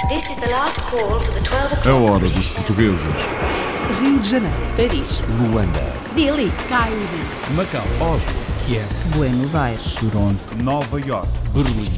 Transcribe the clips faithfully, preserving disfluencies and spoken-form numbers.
This is the last call for the twelve o'clock. A hora dos portugueses. Rio de Janeiro, Paris, Luanda, Delhi, Cairo, Macau, Oslo, Kiev, Buenos Aires, Toronto, Nova York, Berlim.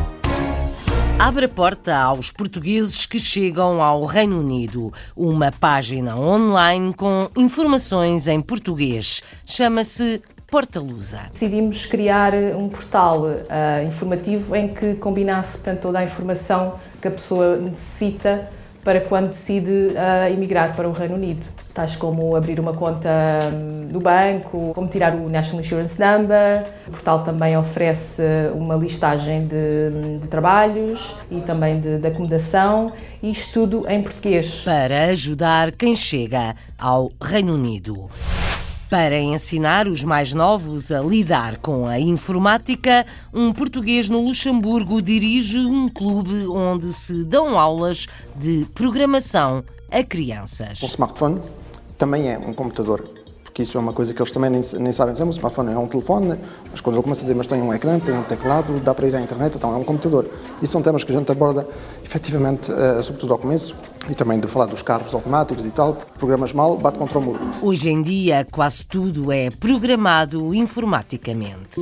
abre a porta aos portugueses que chegam ao Reino Unido. Uma página online com informações em português. Chama-se Portalusa. Decidimos criar um portal uh, informativo em que combinasse, portanto, toda a informação que a pessoa necessita para quando decide uh, emigrar para o Reino Unido. Tais como abrir uma conta no banco, como tirar o National Insurance Number. O portal também oferece uma listagem de, de trabalhos e também de, de acomodação, e isto tudo em português. Para ajudar quem chega ao Reino Unido. Para ensinar os mais novos a lidar com a informática, um português no Luxemburgo dirige um clube onde se dão aulas de programação a crianças. Um smartphone também é um computador, porque isso é uma coisa que eles também nem, nem sabem dizer. Um smartphone é um telefone, mas quando eu começo a dizer, mas tem um ecrã, tem um teclado, dá para ir à internet, então é um computador. E são temas que a gente aborda, efetivamente, uh, sobretudo ao começo, e também de falar dos carros automáticos e tal, porque programas mal, bate contra o muro. Hoje em dia, quase tudo é programado informaticamente.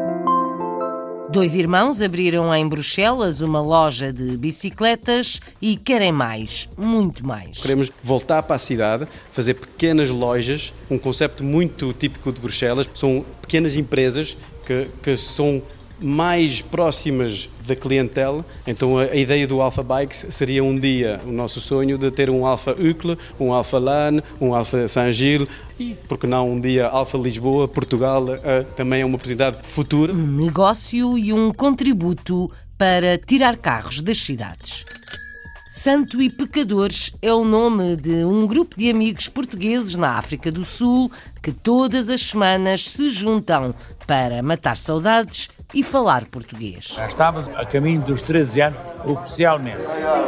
Dois irmãos abriram em Bruxelas uma loja de bicicletas e querem mais, muito mais. Queremos voltar para a cidade, fazer pequenas lojas, um conceito muito típico de Bruxelas. São pequenas empresas que, que são mais próximas da clientela. Então a, a ideia do Alpha Bikes seria um dia o nosso sonho de ter um Alpha Uccle, um Alpha Lan, um Alpha Saint-Gilles e, por que não, um dia Alpha Lisboa, Portugal, uh, também é uma oportunidade futura. Um negócio e um contributo para tirar carros das cidades. Santo e Pecadores é o nome de um grupo de amigos portugueses na África do Sul que todas as semanas se juntam para matar saudades e falar português. Já estamos a caminho dos treze anos, oficialmente.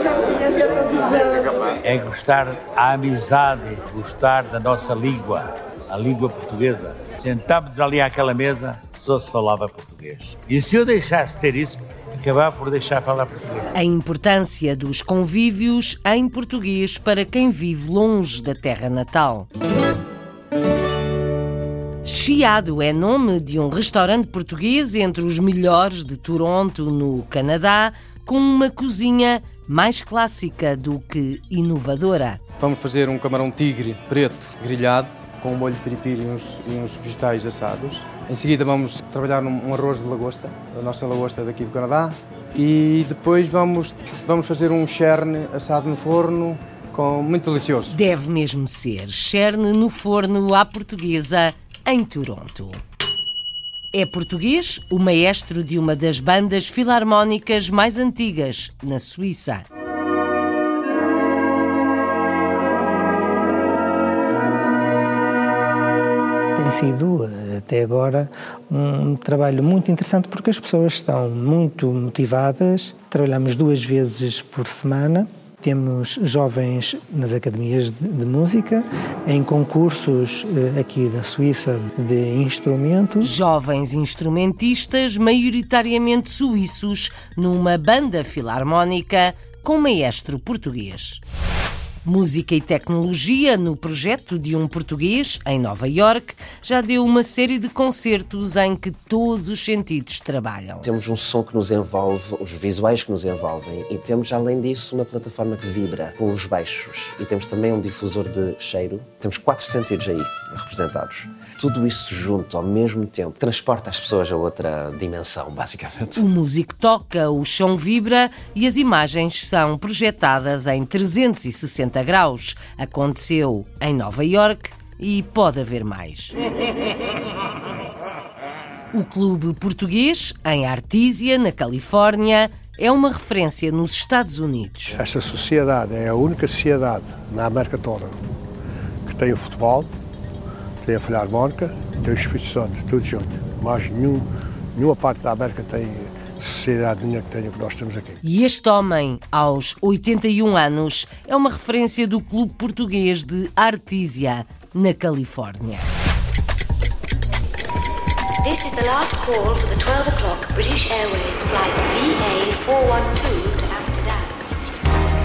É gostar da amizade, gostar da nossa língua, a língua portuguesa. Sentámos ali àquela mesa, só se falava português. E se eu deixasse de ter isso, acabar por deixar falar português. A importância dos convívios em português para quem vive longe da terra natal. Chiado é nome de um restaurante português entre os melhores de Toronto, no Canadá, com uma cozinha mais clássica do que inovadora. Vamos fazer um camarão tigre preto grelhado, com um molho de piripiri e uns, e uns vegetais assados. Em seguida vamos trabalhar num um arroz de lagosta, a nossa lagosta daqui do Canadá. E depois vamos, vamos fazer um cherne assado no forno, com, muito delicioso. Deve mesmo ser cherne no forno à portuguesa, em Toronto. É português, o maestro de uma das bandas filarmónicas mais antigas na Suíça. Tem sido, até agora, um trabalho muito interessante porque as pessoas estão muito motivadas. Trabalhamos duas vezes por semana. Temos jovens nas academias de, de música, em concursos aqui da Suíça de instrumentos. Jovens instrumentistas, maioritariamente suíços, numa banda filarmónica com maestro português. Música e tecnologia no projeto de um português, em Nova York, já deu uma série de concertos em que todos os sentidos trabalham. Temos um som que nos envolve, os visuais que nos envolvem, e temos, além disso, uma plataforma que vibra com os baixos. E temos também um difusor de cheiro. Temos quatro sentidos aí representados. Tudo isso junto, ao mesmo tempo, transporta as pessoas a outra dimensão, basicamente. O músico toca, o chão vibra e as imagens são projetadas em trezentos e sessenta graus. Aconteceu em Nova York e pode haver mais. O clube português, em Artesia, na Califórnia, é uma referência nos Estados Unidos. Esta sociedade é a única sociedade na América toda que tem o futebol, tem a filarmónica, tem o Espírito Santo, tudo junto. Mas nenhum, nenhuma parte da América tem sociedade nenhuma que tenha o que nós temos aqui. E este homem, aos oitenta e um anos, é uma referência do clube português de Artesia, na Califórnia. This is the last call for the twelve o'clock British Airways flight V A four one two to Amsterdam.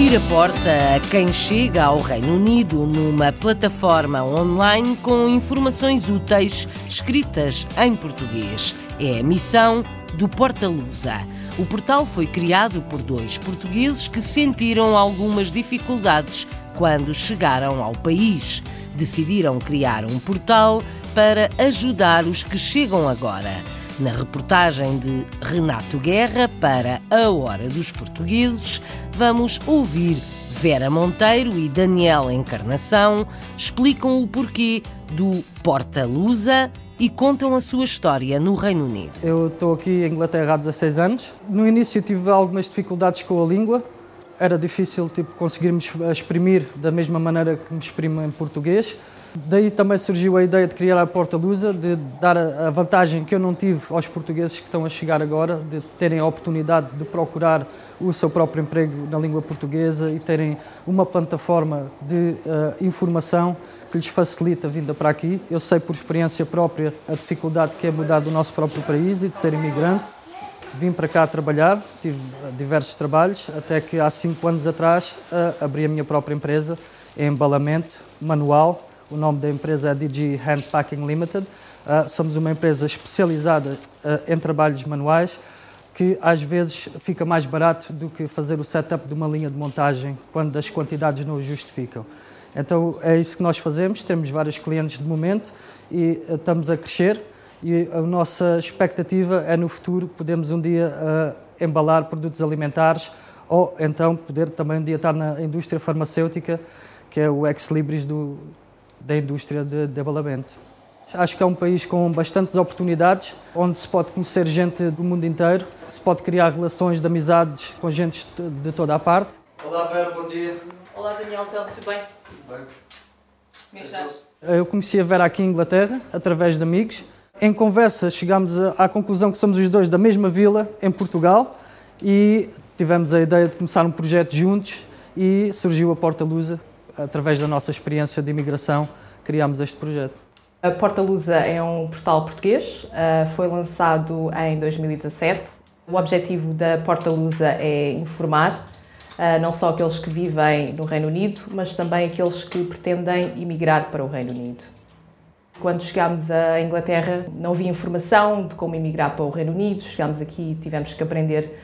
Abrir a porta a quem chega ao Reino Unido numa plataforma online com informações úteis escritas em português. É a missão do Porta Lusa. O portal foi criado por dois portugueses que sentiram algumas dificuldades quando chegaram ao país. Decidiram criar um portal para ajudar os que chegam agora. Na reportagem de Renato Guerra para A Hora dos Portugueses, vamos ouvir Vera Monteiro e Daniel Encarnação explicam o porquê do Porta Lusa e contam a sua história no Reino Unido. Eu estou aqui em Inglaterra há dezasseis anos. No início tive algumas dificuldades com a língua. Era difícil tipo, conseguirmos exprimir da mesma maneira que me exprimo em português. Daí também surgiu a ideia de criar a Porta Lusa, de dar a vantagem que eu não tive aos portugueses que estão a chegar agora, de terem a oportunidade de procurar o seu próprio emprego na língua portuguesa e terem uma plataforma de uh, informação que lhes facilita a vinda para aqui. Eu sei por experiência própria a dificuldade que é mudar do nosso próprio país e de ser imigrante. Vim para cá trabalhar, tive diversos trabalhos, até que há cinco anos atrás uh, abri a minha própria empresa em embalamento manual. O nome da empresa é D G Handpacking Limited. Uh, somos uma empresa especializada uh, em trabalhos manuais, que às vezes fica mais barato do que fazer o setup de uma linha de montagem quando as quantidades não o justificam. Então é isso que nós fazemos, temos vários clientes de momento e uh, estamos a crescer e a nossa expectativa é no futuro podermos um dia uh, embalar produtos alimentares ou então poder também um dia estar na indústria farmacêutica, que é o ex-libris do da indústria de, de embalamento. Acho que é um país com bastantes oportunidades, onde se pode conhecer gente do mundo inteiro, se pode criar relações de amizades com gente de toda a parte. Olá Vera, bom dia. Olá Daniel, então, tudo bem? Tudo bem. Como estás? Eu conheci a Vera aqui em Inglaterra, através de amigos. Em conversa chegámos à conclusão que somos os dois da mesma vila, em Portugal, e tivemos a ideia de começar um projeto juntos e surgiu a Porta Lusa. Através da nossa experiência de imigração, criámos este projeto. A Porta Lusa é um portal português, foi lançado em dois mil e dezassete. O objetivo da Porta Lusa é informar não só aqueles que vivem no Reino Unido, mas também aqueles que pretendem emigrar para o Reino Unido. Quando chegámos à Inglaterra, não havia informação de como emigrar para o Reino Unido. Chegámos aqui e tivemos que aprender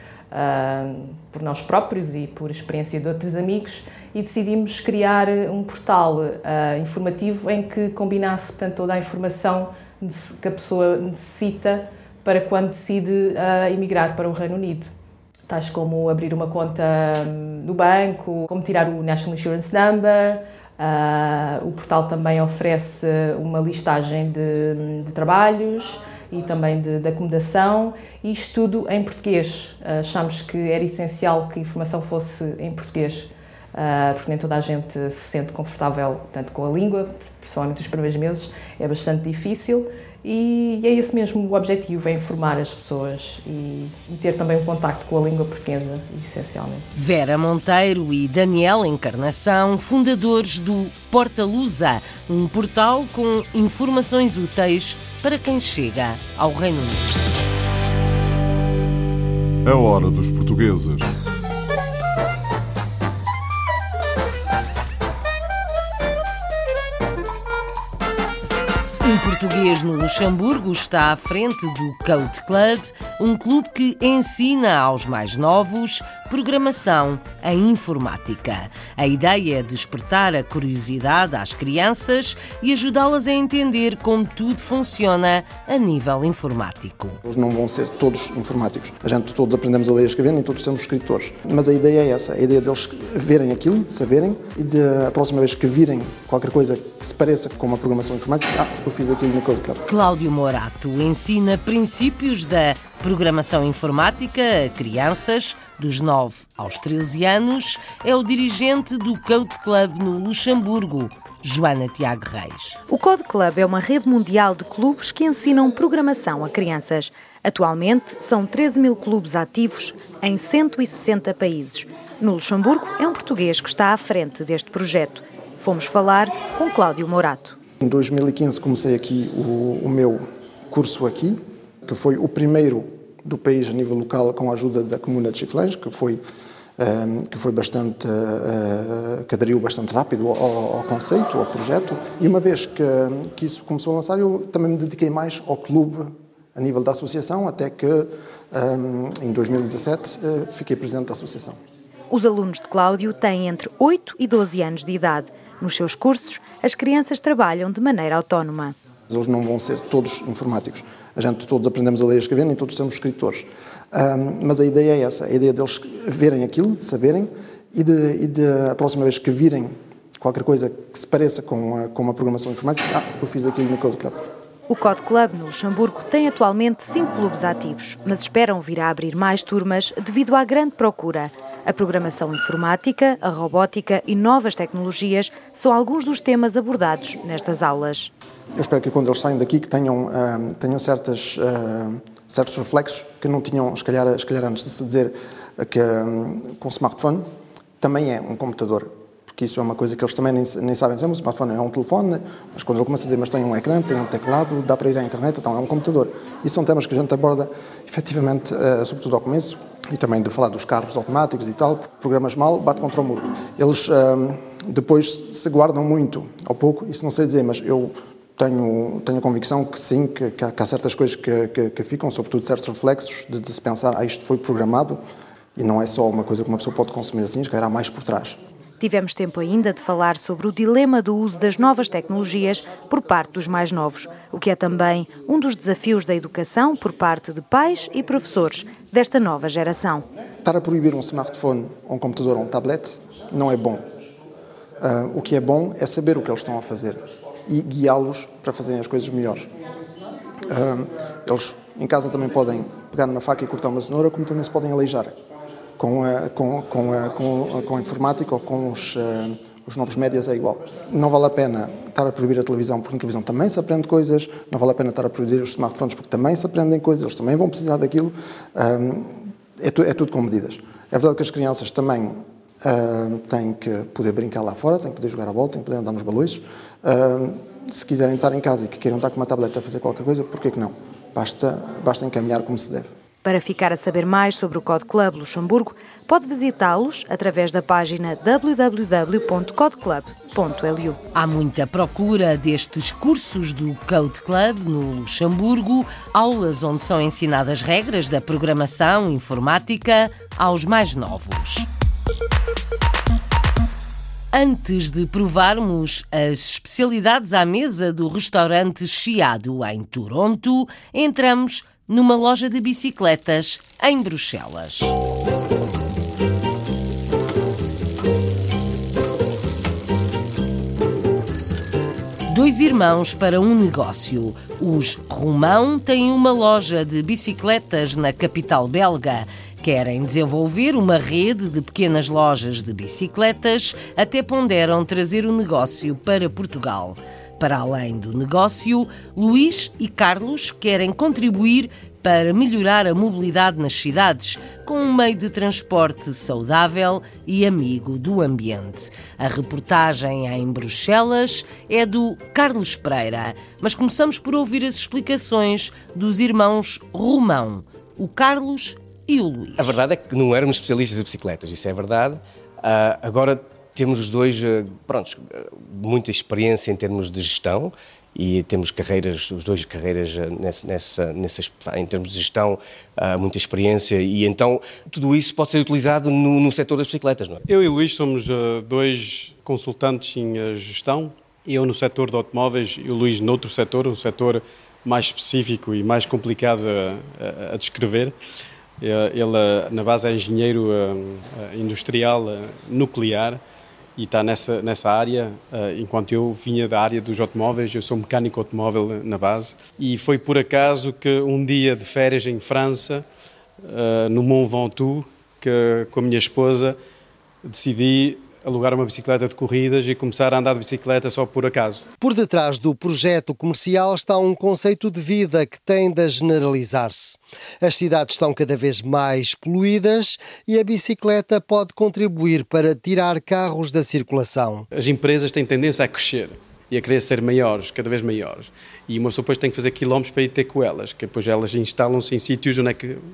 uh, por nós próprios e por experiência de outros amigos, e decidimos criar um portal uh, informativo em que combinasse, portanto, toda a informação que a pessoa necessita para quando decide uh, emigrar para o Reino Unido. Tais como abrir uma conta no banco, como tirar o National Insurance Number. Uh, o portal também oferece uma listagem de, de trabalhos e também de, de acomodação, e isto tudo em português. Uh, achamos que era essencial que a informação fosse em português. Uh, porque nem toda a gente se sente confortável tanto com a língua, principalmente os primeiros meses, é bastante difícil, e, e é esse mesmo o objetivo, é informar as pessoas e, e ter também um contacto com a língua portuguesa, essencialmente. Vera Monteiro e Daniel Encarnação, fundadores do Porta Lusa, um portal com informações úteis para quem chega ao Reino Unido. A Hora dos Portugueses. Um português no Luxemburgo está à frente do Code Club, um clube que ensina aos mais novos programação em informática. A ideia é despertar a curiosidade às crianças e ajudá-las a entender como tudo funciona a nível informático. Eles não vão ser todos informáticos. A gente todos aprendemos a ler e a escrever, nem todos somos escritores. Mas a ideia é essa, a ideia deles verem aquilo, de saberem, e de, a próxima vez que virem qualquer coisa que se pareça com uma programação informática, ah, eu fiz aquilo no Code Club. Cláudio Morato ensina princípios da programação informática a crianças dos nove aos treze anos. É o dirigente do Code Club no Luxemburgo, Joana Tiago Reis. O Code Club é uma rede mundial de clubes que ensinam programação a crianças. Atualmente, são treze mil clubes ativos em cento e sessenta países. No Luxemburgo, é um português que está à frente deste projeto. Fomos falar com Cláudio Morato. Em dois mil e quinze comecei aqui o, o meu curso aqui, que foi o primeiro do país a nível local com a ajuda da Comuna de Chiflães, que foi que foi bastante, que aderiu bastante rápido ao, ao conceito, ao projeto, e uma vez que, que isso começou a lançar, eu também me dediquei mais ao clube, a nível da associação, até que em dois mil e dezassete fiquei presidente da associação. Os alunos de Cláudio têm entre oito e doze anos de idade. Nos seus cursos, as crianças trabalham de maneira autónoma. Eles não vão ser todos informáticos. A gente todos aprendemos a ler e a escrever, nem todos somos escritores. Um, mas a ideia é essa, a ideia deles verem aquilo, de saberem, e de, e de a próxima vez que virem qualquer coisa que se pareça com, a, com uma programação informática, ah, eu fiz aquilo no Code Club. O Code Club, no Luxemburgo, tem atualmente cinco clubes ativos, mas esperam vir a abrir mais turmas devido à grande procura. A programação informática, a robótica e novas tecnologias são alguns dos temas abordados nestas aulas. Eu espero que quando eles saem daqui que tenham, uh, tenham certas, uh, certos reflexos que não tinham, se calhar, se calhar antes de se dizer que um, com o smartphone também é um computador, porque isso é uma coisa que eles também nem, nem sabem dizer. O smartphone é um telefone, mas quando eu começo a dizer, mas tem um ecrã, tem um teclado, dá para ir à internet, então é um computador. Isso são temas que a gente aborda, efetivamente, uh, sobretudo ao começo, e também de falar dos carros automáticos e tal, programas mal, bate contra o muro. Eles um, depois se guardam muito, ao pouco, isso não sei dizer, mas eu tenho, tenho a convicção que sim, que, que, há, que há certas coisas que, que, que ficam, sobretudo certos reflexos de, de se pensar, ah, isto foi programado, e não é só uma coisa que uma pessoa pode consumir assim, que há mais por trás. Tivemos tempo ainda de falar sobre o dilema do uso das novas tecnologias por parte dos mais novos, o que é também um dos desafios da educação por parte de pais e professores desta nova geração. Estar a proibir um smartphone, um computador ou um tablet não é bom. Uh, o que é bom é saber o que eles estão a fazer e guiá-los para fazerem as coisas melhores. Uh, eles em casa também podem pegar numa faca e cortar uma cenoura, como também se podem aleijar. Com a, com, com, a, com, a, com a informática ou com os, uh, os novos médias é igual. Não vale a pena estar a proibir a televisão, porque na televisão também se aprende coisas, não vale a pena estar a proibir os smartphones, porque também se aprendem coisas, eles também vão precisar daquilo. Um, é, tu, é tudo com medidas. É verdade que as crianças também uh, têm que poder brincar lá fora, têm que poder jogar a bola, têm que poder andar nos balões. Uh, se quiserem estar em casa e que queiram estar com uma tableta a fazer qualquer coisa, por que que não? Basta, basta encaminhar como se deve. Para ficar a saber mais sobre o Code Club Luxemburgo, pode visitá-los através da página w w w ponto code club ponto l u. Há muita procura destes cursos do Code Club no Luxemburgo, aulas onde são ensinadas regras da programação informática aos mais novos. Antes de provarmos as especialidades à mesa do restaurante Chiado em Toronto, entramos numa loja de bicicletas em Bruxelas. Dois irmãos para um negócio. Os Romão têm uma loja de bicicletas na capital belga. Querem desenvolver uma rede de pequenas lojas de bicicletas, até ponderam trazer o negócio para Portugal. Para além do negócio, Luís e Carlos querem contribuir para melhorar a mobilidade nas cidades, com um meio de transporte saudável e amigo do ambiente. A reportagem em Bruxelas é do Carlos Pereira, mas começamos por ouvir as explicações dos irmãos Romão, o Carlos e o Luís. A verdade é que não éramos especialistas de bicicletas, isso é verdade. Uh, agora temos os dois, uh, pronto, muita experiência em termos de gestão e temos carreiras, os dois carreiras nessa, nessa, nessas, em termos de gestão, uh, muita experiência e então tudo isso pode ser utilizado no, no setor das bicicletas, não é? Eu e o Luís somos uh, dois consultantes em uh, gestão, eu no setor de automóveis e o Luís noutro setor, um setor mais específico e mais complicado a, a, a descrever. Ele, na base, é engenheiro uh, industrial uh, nuclear e está nessa, nessa área, uh, enquanto eu vinha da área dos automóveis, eu sou mecânico automóvel na base. E foi por acaso que um dia de férias em França, uh, no Mont Ventoux, que com a minha esposa decidi alugar uma bicicleta de corridas e começar a andar de bicicleta só por acaso. Por detrás do projeto comercial está um conceito de vida que tende a generalizar-se. As cidades estão cada vez mais poluídas e a bicicleta pode contribuir para tirar carros da circulação. As empresas têm tendência a crescer e a querer ser maiores, cada vez maiores. E uma pessoa depois tem que fazer quilómetros para ir ter com elas, que depois elas instalam-se em sítios onde é que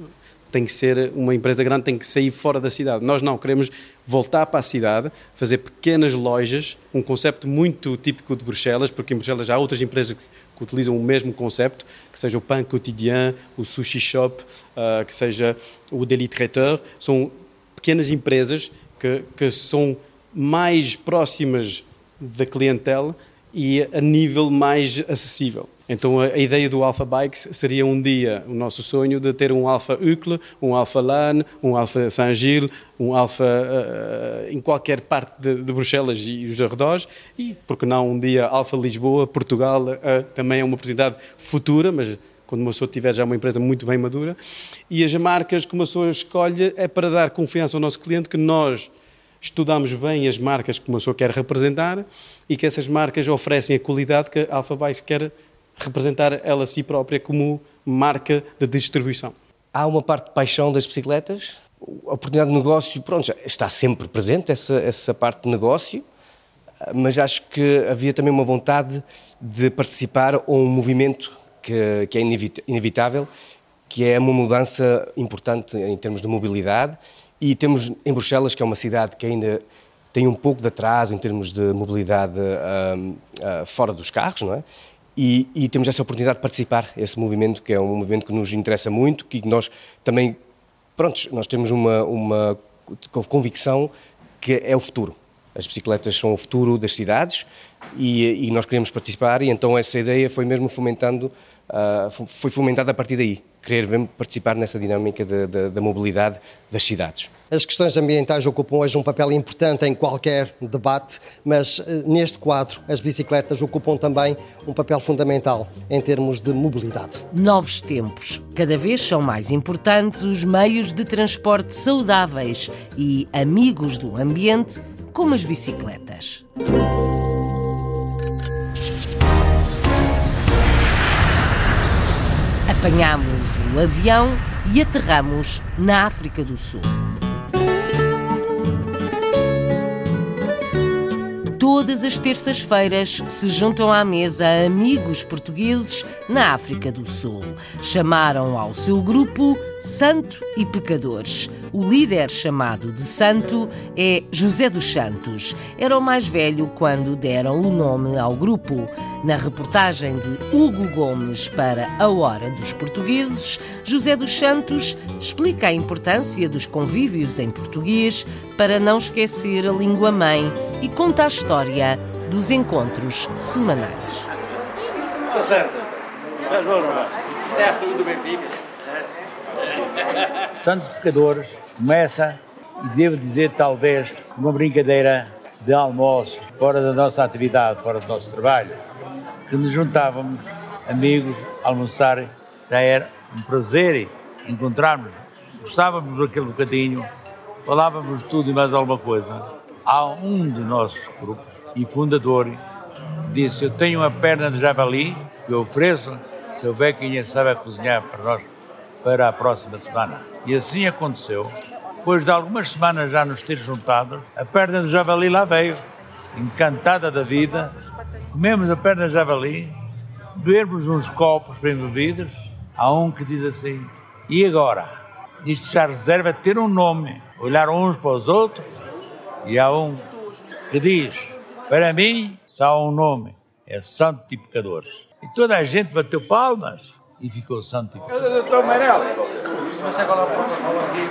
tem que ser, uma empresa grande tem que sair fora da cidade. Nós não, queremos voltar para a cidade, fazer pequenas lojas, um conceito muito típico de Bruxelas, porque em Bruxelas há outras empresas que utilizam o mesmo conceito, que seja o Pain Quotidien, o Sushi Shop, uh, que seja o Deli Traiteur. São pequenas empresas que, que são mais próximas da clientela e a nível mais acessível. Então a, a ideia do Alpha Bikes seria um dia o nosso sonho de ter um Alpha Uccle, um Alpha Lannes, um Alpha Saint-Gilles, um Alpha uh, em qualquer parte de, de Bruxelas e os arredores, e porque não um dia Alpha Lisboa, Portugal, uh, também é uma oportunidade futura, mas quando uma pessoa tiver já uma empresa muito bem madura. E as marcas que uma pessoa escolhe é para dar confiança ao nosso cliente que nós estudamos bem as marcas que uma pessoa quer representar e que essas marcas oferecem a qualidade que a Alpha Bikes quer representar ela a si própria como marca de distribuição. Há uma parte de paixão das bicicletas, a oportunidade de negócio, pronto, está sempre presente essa, essa parte de negócio, mas acho que havia também uma vontade de participar a um movimento que, que é inevitável, que é uma mudança importante em termos de mobilidade, e temos em Bruxelas, que é uma cidade que ainda tem um pouco de atraso em termos de mobilidade uh, uh, fora dos carros, não é? E, e temos essa oportunidade de participar esse movimento, que é um movimento que nos interessa muito, que nós também, pronto, nós temos uma, uma convicção que é o futuro. As bicicletas são o futuro das cidades e, e nós queremos participar, e então essa ideia foi mesmo fomentando, uh, foi fomentada a partir daí, querer mesmo participar nessa dinâmica da, da, da mobilidade das cidades. As questões ambientais ocupam hoje um papel importante em qualquer debate, mas neste quadro as bicicletas ocupam também um papel fundamental em termos de mobilidade. Novos tempos. Cada vez são mais importantes os meios de transporte saudáveis e amigos do ambiente, como as bicicletas. Apanhamos o avião e aterramos na África do Sul. Todas as terças-feiras se juntam à mesa amigos portugueses na África do Sul. Chamaram ao seu grupo Santo e Pecadores. O líder, chamado de Santo, é José dos Santos. Era o mais velho quando deram o nome ao grupo. Na reportagem de Hugo Gomes para A Hora dos Portugueses, José dos Santos explica a importância dos convívios em português para não esquecer a língua-mãe e conta a história dos encontros semanais. Está certo. Isto é a saúde do Benfica. Santos Pecadores começa, e devo dizer talvez, uma brincadeira de almoço, fora da nossa atividade, fora do nosso trabalho, que nos juntávamos, amigos, a almoçar. Já era um prazer encontrarmos, gostávamos daquele bocadinho, falávamos de tudo e mais alguma coisa. Há um dos nossos grupos e fundador que disse: eu tenho uma perna de javali que eu ofereço se houver quem sabe cozinhar para nós para a próxima semana. E assim aconteceu. Depois de algumas semanas já nos ter juntados, a perna de javali lá veio, encantada da vida. Comemos a perna de javali, bebemos uns copos bem bebidos. Há um que diz assim: e agora? Isto já reserva ter um nome. Olharam uns para os outros e há um que diz: para mim só há um nome, é Santo e Pecadores. E toda a gente bateu palmas e ficou Santo e Pecadores. Eu doutor Manuel. Não sei qual é o protocolo aqui.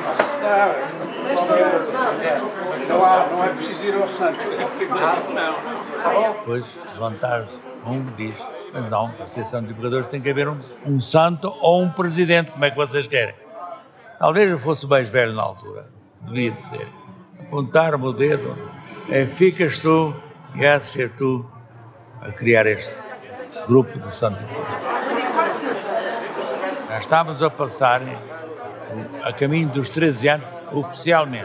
Não, não, não é preciso ir ao Santo. Não. Depois levantar-se, um diz: mas não, para ser Santo e Pecadores tem que haver um, um santo ou um presidente, como é que vocês querem? Talvez eu fosse mais velho na altura, devia de ser. Apontar-me o dedo, é, ficas tu e há de ser tu a criar este grupo de Santo e Pecadores. Já estamos a passar a caminho dos treze anos, oficialmente.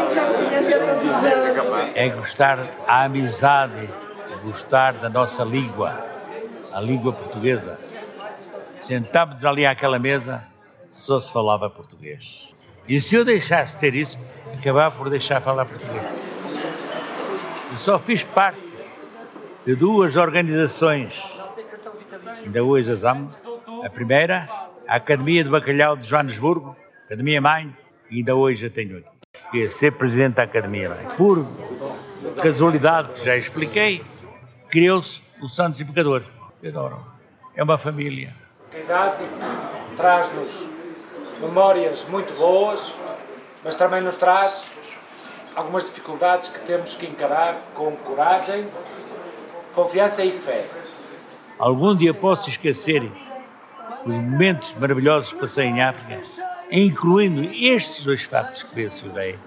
É gostar a amizade, gostar da nossa língua, a língua portuguesa. Sentámos ali àquela mesa, só se falava português. E se eu deixasse de ter isso, acabava por deixar de falar português. Eu só fiz parte de duas organizações, ainda hoje as amo. A primeira, a Academia de Bacalhau de Joanesburgo, Academia Mãe, ainda hoje a tenho aqui. Queria ser presidente da Academia Mãe. Por casualidade, que já expliquei, criou-se o Santos e Pecador. Que adoram. É uma família. A idade traz-nos memórias muito boas, mas também nos traz algumas dificuldades que temos que encarar com coragem, confiança e fé. Algum dia posso esquecer os momentos maravilhosos que passei em África, incluindo estes dois factos que mencionei.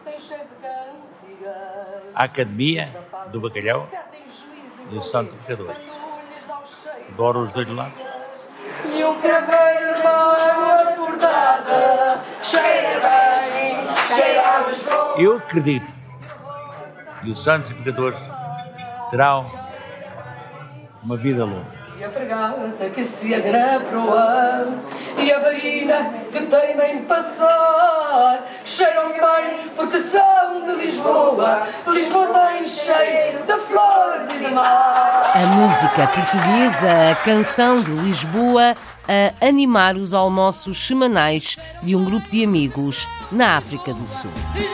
A Academia do Bacalhau e o Santo Pecador. Adoro os dois lados. E o craveiro na água furtada, cheira bem, cheira a Lisboa. Eu acredito que os santos e pecadores terão uma vida longa. E a fragata que se agra para o ar, e a varina que teima em passar, cheiram bem porque são de Lisboa. Lisboa tem cheiro de flores e de mar. A música portuguesa, a canção de Lisboa, a animar os almoços semanais de um grupo de amigos na África do Sul.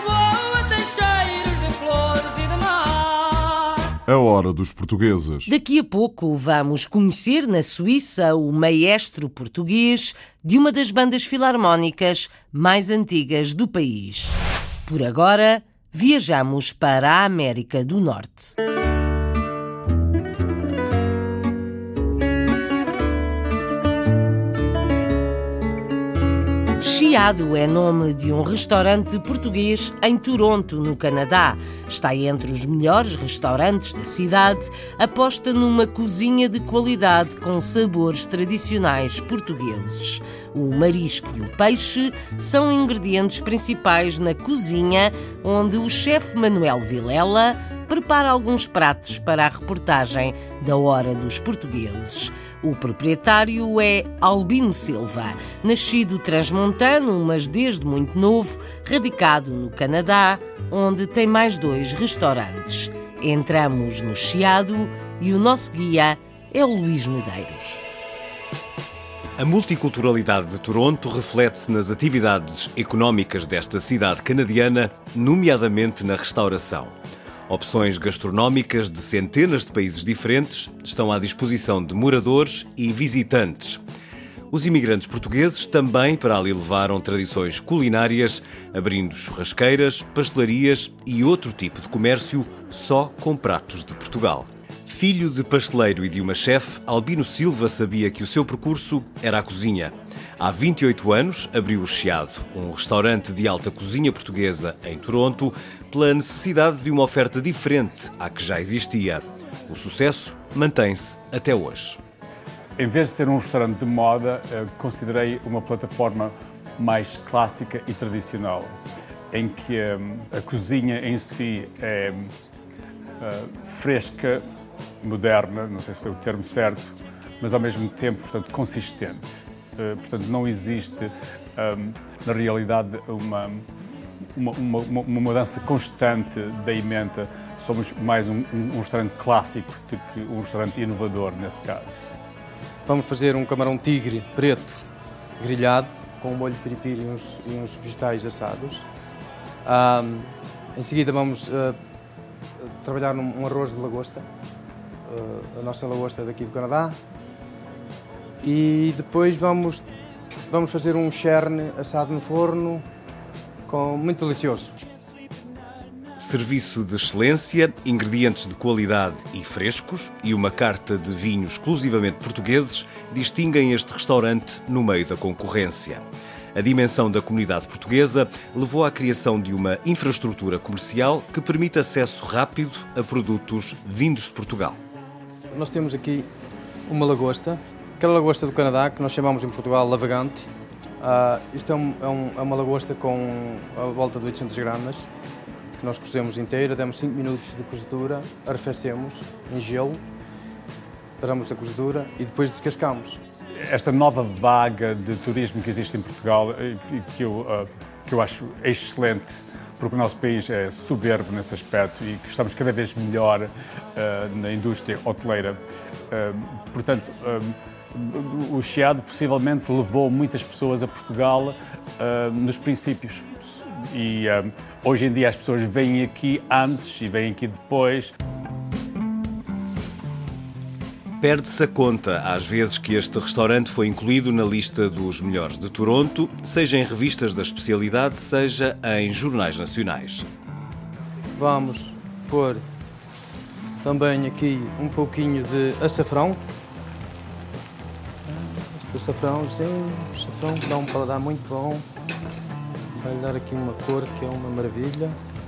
A hora dos portugueses. Daqui a pouco vamos conhecer na Suíça o maestro português de uma das bandas filarmónicas mais antigas do país. Por agora, viajamos para a América do Norte. Chiado é nome de um restaurante português em Toronto, no Canadá. Está entre os melhores restaurantes da cidade, aposta numa cozinha de qualidade com sabores tradicionais portugueses. O marisco e o peixe são ingredientes principais na cozinha, onde o chefe Manuel Vilela prepara alguns pratos para a reportagem da Hora dos Portugueses. O proprietário é Albino Silva, nascido transmontano, mas desde muito novo, radicado no Canadá, onde tem mais dois restaurantes. Entramos no Chiado e o nosso guia é o Luís Medeiros. A multiculturalidade de Toronto reflete-se nas atividades económicas desta cidade canadiana, nomeadamente na restauração. Opções gastronómicas de centenas de países diferentes estão à disposição de moradores e visitantes. Os imigrantes portugueses também para ali levaram tradições culinárias, abrindo churrasqueiras, pastelarias e outro tipo de comércio só com pratos de Portugal. Filho de pasteleiro e de uma chefe, Albino Silva sabia que o seu percurso era a cozinha. Há vinte e oito anos abriu o Chiado, um restaurante de alta cozinha portuguesa em Toronto, pela necessidade de uma oferta diferente à que já existia. O sucesso mantém-se até hoje. Em vez de ser um restaurante de moda, considerei uma plataforma mais clássica e tradicional, em que a cozinha em si é fresca, moderna, não sei se é o termo certo, mas ao mesmo tempo, portanto, consistente. Portanto, não existe, na realidade, uma, uma, uma, uma mudança constante da emenda. Somos mais um, um restaurante clássico do que um restaurante inovador, nesse caso. Vamos fazer um camarão tigre preto, grelhado, com um molho de piripiri e uns, e uns vegetais assados. Um, em seguida vamos uh, trabalhar num um arroz de lagosta, uh, a nossa lagosta daqui do Canadá. E depois vamos, vamos fazer um cherne assado no forno, com, muito delicioso. Serviço de excelência, ingredientes de qualidade e frescos e uma carta de vinhos exclusivamente portugueses distinguem este restaurante no meio da concorrência. A dimensão da comunidade portuguesa levou à criação de uma infraestrutura comercial que permite acesso rápido a produtos vindos de Portugal. Nós temos aqui uma lagosta, aquela lagosta do Canadá, que nós chamamos em Portugal lavagante. Uh, isto é, um, é, um, é uma lagosta com a volta de oitocentas gramas, que nós cozemos inteira, damos cinco minutos de cozedura, arrefecemos em gelo, paramos a cozedura e depois descascamos. Esta nova vaga de turismo que existe em Portugal, e que eu, uh, que eu acho excelente, porque o nosso país é soberbo nesse aspecto e que estamos cada vez melhor uh, na indústria hoteleira. Uh, portanto, uh, o Chiado possivelmente levou muitas pessoas a Portugal uh, nos princípios. E uh, hoje em dia as pessoas vêm aqui antes e vêm aqui depois. Perde-se a conta às vezes que este restaurante foi incluído na lista dos melhores de Toronto, seja em revistas da especialidade, seja em jornais nacionais. Vamos pôr também aqui um pouquinho de açafrão. Este açafrãozinho, açafrão dá um paladar muito bom. Vai dar aqui uma cor que é uma maravilha.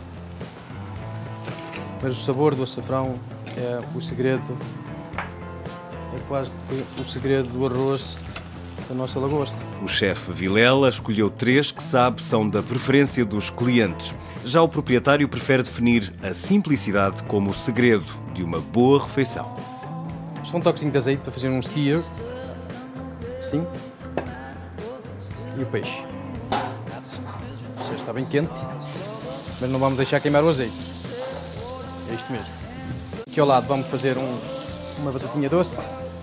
Mas o sabor do açafrão é o segredo. É quase o segredo do arroz da nossa lagosta. O chefe Vilela escolheu três que sabe são da preferência dos clientes. Já o proprietário prefere definir a simplicidade como o segredo de uma boa refeição. Só um toquezinho de azeite para fazer um sear. Assim. E o peixe. O peixe está bem quente, mas não vamos deixar queimar o azeite. É isto mesmo. Aqui ao lado vamos fazer um, uma batatinha doce.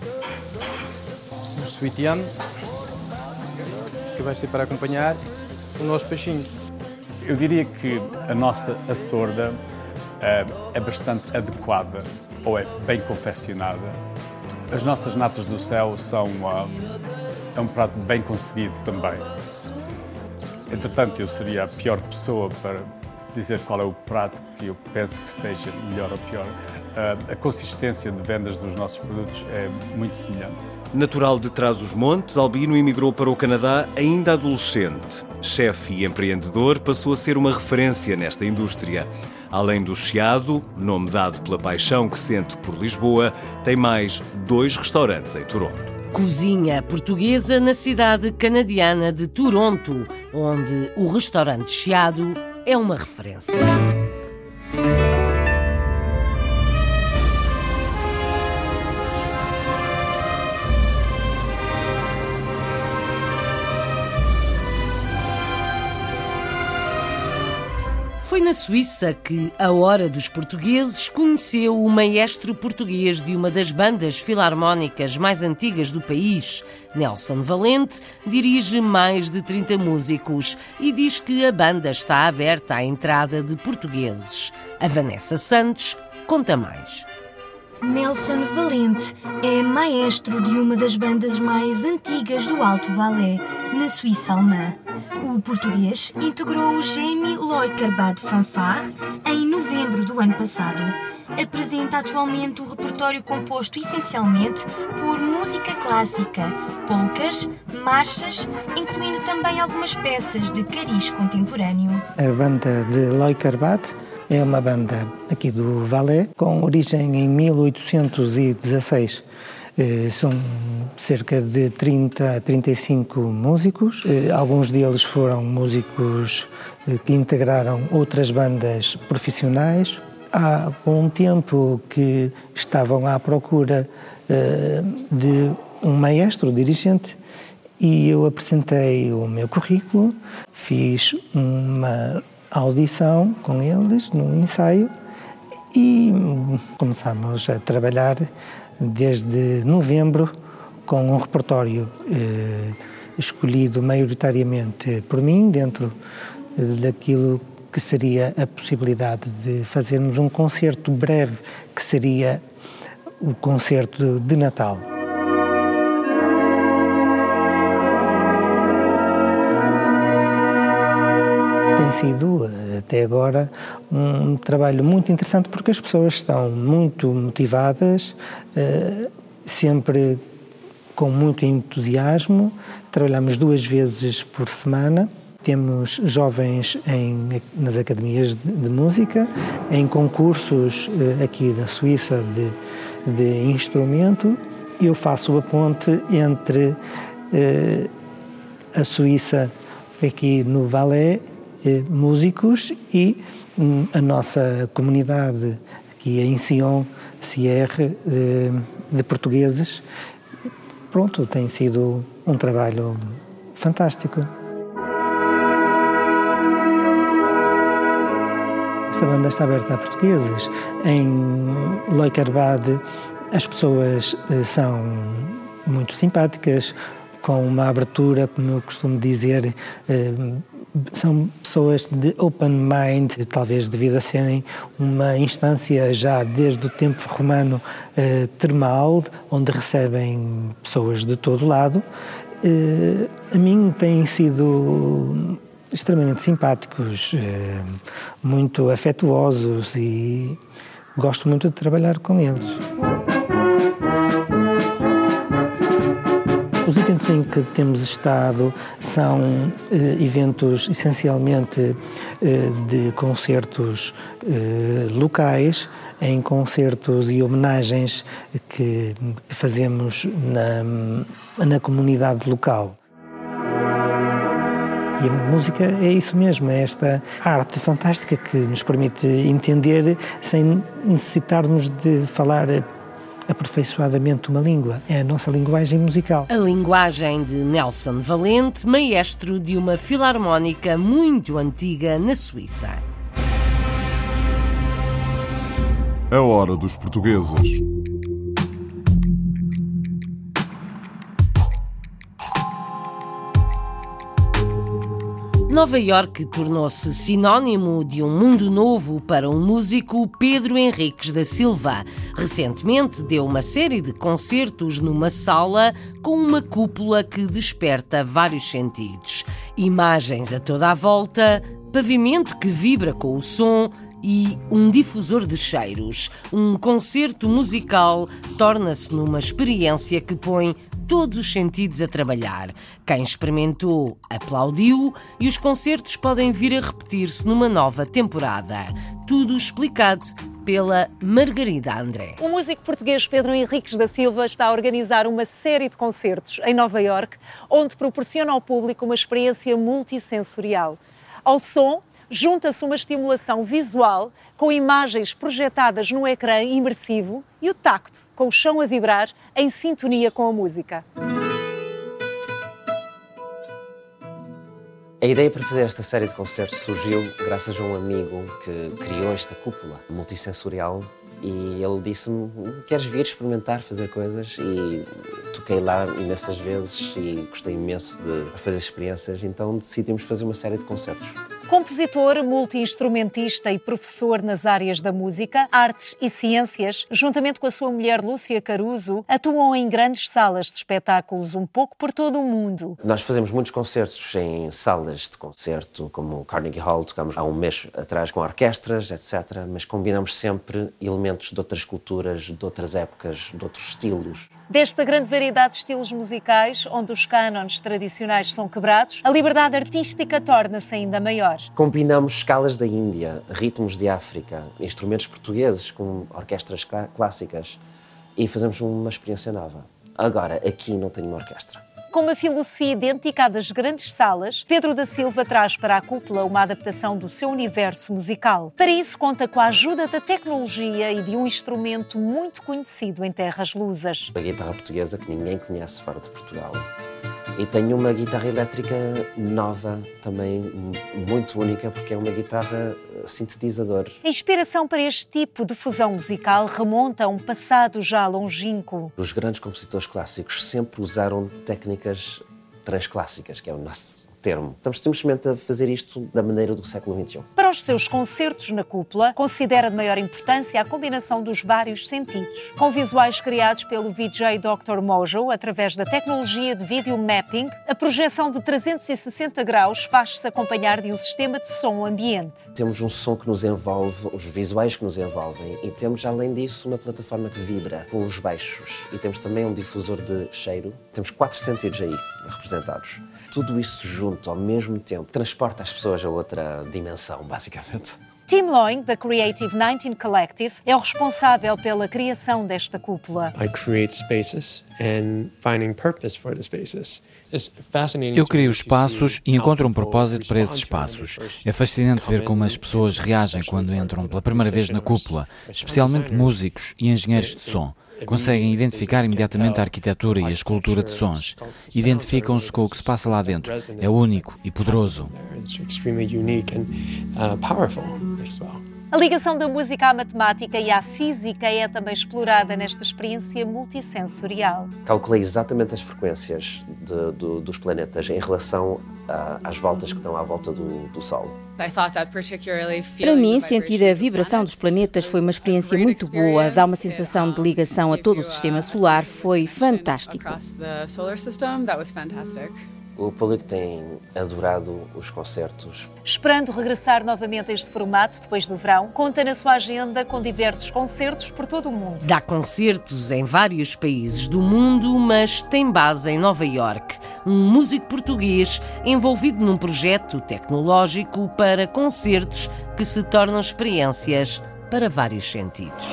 Um sweet yam. Que vai ser para acompanhar o nosso peixinho. Eu diria que a nossa açorda uh, é bastante adequada, ou é bem confeccionada. As nossas natas do céu são uh, é um prato bem conseguido também. Entretanto, eu seria a pior pessoa para dizer qual é o prato que eu penso que seja melhor ou pior. Uh, a consistência de vendas dos nossos produtos é muito semelhante. Natural de Trás-os-Montes, Albino emigrou para o Canadá ainda adolescente. Chefe e empreendedor, passou a ser uma referência nesta indústria. Além do Chiado, nome dado pela paixão que sente por Lisboa, tem mais dois restaurantes em Toronto. Cozinha portuguesa na cidade canadiana de Toronto, onde o restaurante Chiado é uma referência. Foi na Suíça que a Hora dos Portugueses conheceu o maestro português de uma das bandas filarmónicas mais antigas do país. Nelson Valente dirige mais de trinta músicos e diz que a banda está aberta à entrada de portugueses. A Vanessa Santos conta mais. Nelson Valente é maestro de uma das bandas mais antigas do Alto Valais, na Suíça alemã. O português integrou o Jamie Loikerbad Fanfare em novembro do ano passado. Apresenta atualmente o repertório composto essencialmente por música clássica, polcas, marchas, incluindo também algumas peças de cariz contemporâneo. A banda de Loikerbad é uma banda aqui do Valais, com origem em mil oitocentos e dezasseis. São cerca de trinta a trinta e cinco músicos. Alguns deles foram músicos que integraram outras bandas profissionais. Há algum tempo que estavam à procura de um maestro dirigente e eu apresentei o meu currículo, fiz uma audição com eles num ensaio e começamos a trabalhar desde novembro com um repertório eh, escolhido maioritariamente por mim, dentro daquilo que seria a possibilidade de fazermos um concerto breve, que seria o concerto de Natal. Tem sido, até agora, um trabalho muito interessante porque as pessoas estão muito motivadas, sempre com muito entusiasmo. Trabalhamos duas vezes por semana. Temos jovens em, nas academias de, de música, em concursos aqui na Suíça de, de instrumento. Eu faço a ponte entre a Suíça aqui no Valais, músicos, e a nossa comunidade aqui em Sion, Sierre, de portugueses. Pronto, tem sido um trabalho fantástico. Esta banda está aberta a portugueses. Em Loikerbad as pessoas são muito simpáticas, com uma abertura, como eu costumo dizer, são pessoas de open mind, talvez devido a serem uma instância já desde o tempo romano termal, onde recebem pessoas de todo lado. A mim têm sido extremamente simpáticos, muito afetuosos e gosto muito de trabalhar com eles. Os eventos em que temos estado são eh, eventos essencialmente eh, de concertos eh, locais, em concertos e homenagens que, que fazemos na, na comunidade local. E a música é isso mesmo, é esta arte fantástica que nos permite entender sem necessitarmos de falar aperfeiçoadamente uma língua. É a nossa linguagem musical. A linguagem de Nelson Valente, maestro de uma filarmónica muito antiga na Suíça. A hora dos portugueses. Nova Iorque tornou-se sinónimo de um mundo novo para o músico Pedro Henriques da Silva. Recentemente deu uma série de concertos numa sala com uma cúpula que desperta vários sentidos. Imagens a toda a volta, pavimento que vibra com o som e um difusor de cheiros. Um concerto musical torna-se numa experiência que põe todos os sentidos a trabalhar. Quem experimentou aplaudiu e os concertos podem vir a repetir-se numa nova temporada. Tudo explicado pela Margarida André. O músico português Pedro Henriques da Silva está a organizar uma série de concertos em Nova Iorque, onde proporciona ao público uma experiência multissensorial. Ao som, junta-se uma estimulação visual com imagens projetadas no ecrã imersivo e o tacto, com o chão a vibrar em sintonia com a música. A ideia para fazer esta série de concertos surgiu graças a um amigo que criou esta cúpula multissensorial e ele disse-me: queres vir experimentar fazer coisas? E toquei lá imensas vezes e gostei imenso de fazer experiências, então decidimos fazer uma série de concertos. Compositor, multi-instrumentista e professor nas áreas da música, artes e ciências, juntamente com a sua mulher Lúcia Caruso, atuam em grandes salas de espetáculos um pouco por todo o mundo. Nós fazemos muitos concertos em salas de concerto, como o Carnegie Hall, tocamos há um mês atrás com orquestras, etcétera, mas combinamos sempre elementos de outras culturas, de outras épocas, de outros estilos. Desta grande variedade de estilos musicais, onde os cânones tradicionais são quebrados, a liberdade artística torna-se ainda maior. Combinamos escalas da Índia, ritmos de África, instrumentos portugueses com orquestras clássicas e fazemos uma experiência nova. Agora, aqui não tenho uma orquestra. Com uma filosofia idêntica à das grandes salas, Pedro da Silva traz para a cúpula uma adaptação do seu universo musical. Para isso, conta com a ajuda da tecnologia e de um instrumento muito conhecido em terras lusas. A guitarra portuguesa que ninguém conhece fora de Portugal. E tenho uma guitarra elétrica nova, também muito única, porque é uma guitarra sintetizador. A inspiração para este tipo de fusão musical remonta a um passado já longínquo. Os grandes compositores clássicos sempre usaram técnicas transclássicas, que é o nosso termo. Estamos simplesmente a fazer isto da maneira do século vinte e um. Para os seus concertos na cúpula, considera de maior importância a combinação dos vários sentidos. Com visuais criados pelo V J doutor Mojo, através da tecnologia de video mapping, a projeção de trezentos e sessenta graus faz-se acompanhar de um sistema de som ambiente. Temos um som que nos envolve, os visuais que nos envolvem, e temos, além disso, uma plataforma que vibra com os baixos. E temos também um difusor de cheiro. Temos quatro sentidos aí representados. Tudo isso junto, ao mesmo tempo, transporta as pessoas a outra dimensão, basicamente. Tim Loing, da Creative dezenove Collective, é o responsável pela criação desta cúpula. I create spaces and finding purpose for the spaces. Eu crio espaços e encontro um propósito para esses espaços. É fascinante ver como as pessoas reagem quando entram pela primeira vez na cúpula, especialmente músicos e engenheiros de som. Conseguem identificar imediatamente a arquitetura e a escultura de sons. Identificam-se com o que se passa lá dentro. É único e poderoso. A ligação da música à matemática e à física é também explorada nesta experiência multissensorial. Calculei exatamente as frequências de, do, dos planetas em relação a, às voltas que estão à volta do, do Sol. Para mim, sentir a vibração dos planetas foi uma experiência muito boa. Dá uma sensação de ligação a todo o sistema solar. Foi fantástico. O público tem adorado os concertos. Esperando regressar novamente a este formato depois do verão, conta na sua agenda com diversos concertos por todo o mundo. Dá concertos em vários países do mundo, mas tem base em Nova Iorque. Um músico português envolvido num projeto tecnológico para concertos que se tornam experiências para vários sentidos.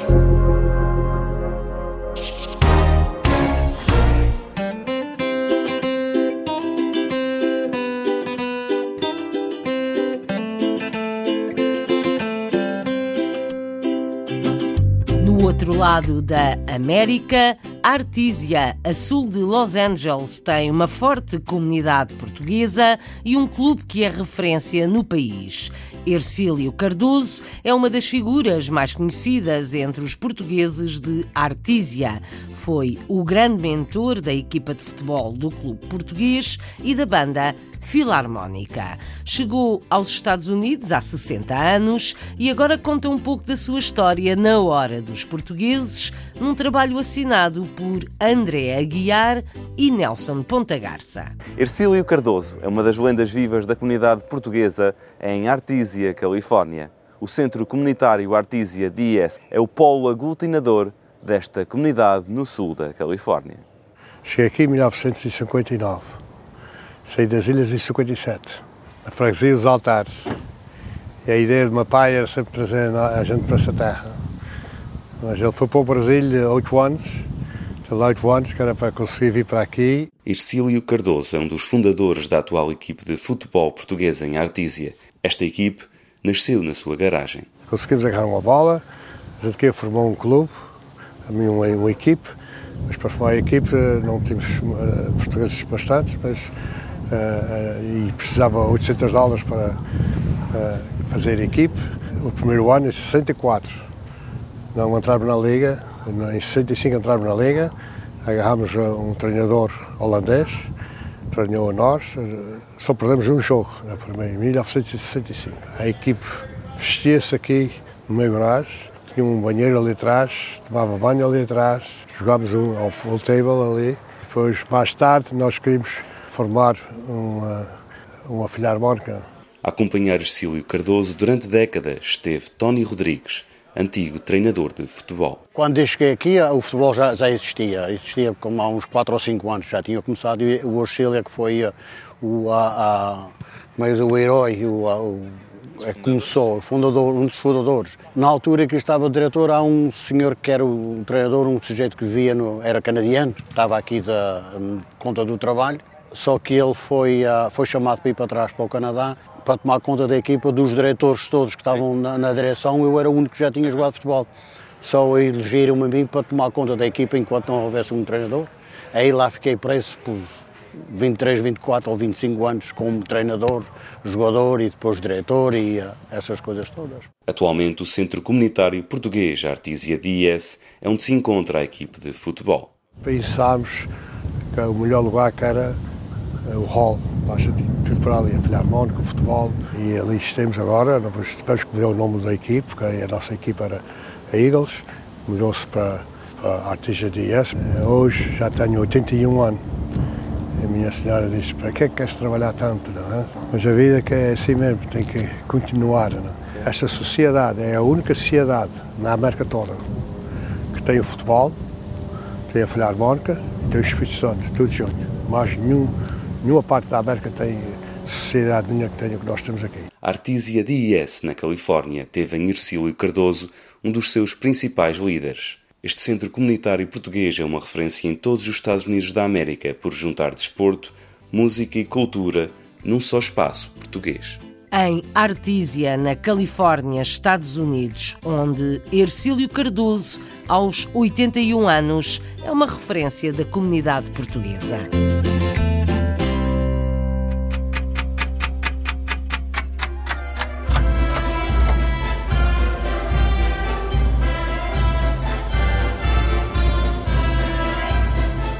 Do outro lado da América, a Artesia, a sul de Los Angeles, tem uma forte comunidade portuguesa e um clube que é referência no país. Hercílio Cardoso é uma das figuras mais conhecidas entre os portugueses de Artesia. Foi o grande mentor da equipa de futebol do clube português e da banda Filarmónica. Chegou aos Estados Unidos há sessenta anos e agora conta um pouco da sua história na Hora dos Portugueses, num trabalho assinado por André Aguiar e Nelson Ponta Garça. Hercílio Cardoso é uma das lendas vivas da comunidade portuguesa em Artesia, Califórnia. O Centro Comunitário Artesia D S é o polo aglutinador desta comunidade no sul da Califórnia. Cheguei aqui em mil novecentos e cinquenta e nove. Saí das ilhas em cinquenta e sete. A freguesia dos Altares. E a ideia do meu pai era sempre trazer a gente para essa terra. Mas ele foi para o Brasil há oito anos. Teve oito anos que era para conseguir vir para aqui. Hercílio Cardoso é um dos fundadores da atual equipe de futebol portuguesa em Artesia. Esta equipe nasceu na sua garagem. Conseguimos agarrar uma bola. A gente aqui formou um clube. A mim uma, uma equipe. Mas para formar a equipe não tínhamos uh, portugueses bastantes, mas Uh, uh, e precisava de oitocentos dólares para uh, fazer a equipe. O primeiro ano, em sessenta e quatro, não entrávamos na Liga, em sessenta e cinco entrávamos na Liga, agarrámos um treinador holandês, treinou a nós, uh, só perdemos um jogo, na primeira, em mil novecentos e sessenta e cinco. A equipe vestia-se aqui no meio garagem, tinha um banheiro ali atrás, tomava banho ali atrás, jogámos um, ao pool table ali. Depois, mais tarde, nós queríamos formar uma, uma filarmónica. A acompanhar Hercílio Cardoso durante décadas esteve Tony Rodrigues, antigo treinador de futebol. Quando eu cheguei aqui, o futebol já, já existia, existia como há uns quatro ou cinco anos, já tinha começado, e o Hercílio que foi o, a, a, mas o herói, o, a, o, é que começou, o fundador, um dos fundadores. Na altura que estava o diretor, há um senhor que era o treinador, um sujeito que vivia, no, era canadiano, estava aqui da conta do trabalho. Só que ele foi, uh, foi chamado para ir para trás para o Canadá para tomar conta da equipa, dos diretores todos que estavam na, na direção. Eu era o único que já tinha jogado futebol. Só elegeram-me a mim para tomar conta da equipa enquanto não houvesse um treinador. Aí lá fiquei preso por vinte e três, vinte e quatro ou vinte e cinco anos como treinador, jogador e depois diretor e uh, essas coisas todas. Atualmente o Centro Comunitário Português Artesia D S é onde se encontra a equipe de futebol. Pensámos que o melhor lugar que era o hall, baixa tudo para ali, a Filarmónica, o futebol, e ali estamos agora. Depois tivemos que mudar o nome da equipe, porque a nossa equipe era a Eagles, mudou-se para, para a Artesia D S. Hoje já tenho oitenta e um anos. A minha senhora disse: para que é que queres trabalhar tanto? Não é? Mas a vida que é assim mesmo, tem que continuar. Não é? Esta sociedade é a única sociedade na América toda que tem o futebol, tem a Filarmónica e tem o Espírito Santo, tudo junto. Mas nenhum. Nenhuma parte da América tem sociedade nenhuma que tenha o que nós temos aqui. A Artesia D S, na Califórnia, teve em Hercílio Cardoso um dos seus principais líderes. Este centro comunitário português é uma referência em todos os Estados Unidos da América por juntar desporto, música e cultura num só espaço português. Em Artesia, na Califórnia, Estados Unidos, onde Hercílio Cardoso, aos oitenta e um anos, é uma referência da comunidade portuguesa.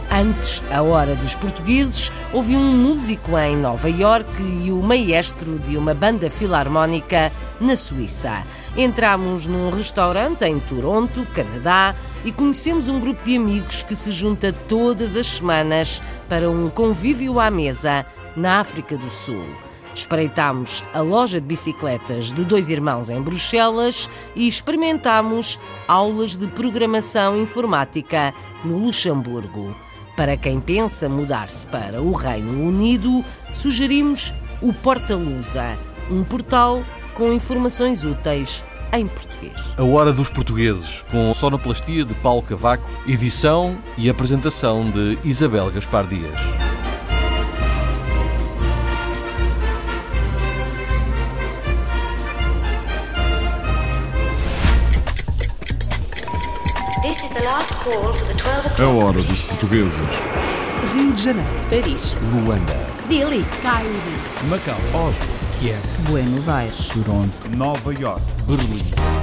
Antes, a Hora dos Portugueses, houve um músico em Nova Iorque e o maestro de uma banda filarmónica na Suíça. Entramos num restaurante em Toronto, Canadá, e conhecemos um grupo de amigos que se junta todas as semanas para um convívio à mesa na África do Sul. Espreitámos a loja de bicicletas de dois irmãos em Bruxelas e experimentámos aulas de programação informática no Luxemburgo. Para quem pensa mudar-se para o Reino Unido, sugerimos o Portalusa, um portal com informações úteis em português. A Hora dos Portugueses, com sonoplastia de Paulo Cavaco, edição e apresentação de Isabel Gaspar Dias. A Hora dos Portugueses. Rio de Janeiro, Paris, Luanda, Dili, Cairo, Macau, Oslo, Kiev, Buenos Aires, Toronto, Nova Iorque, Berlim.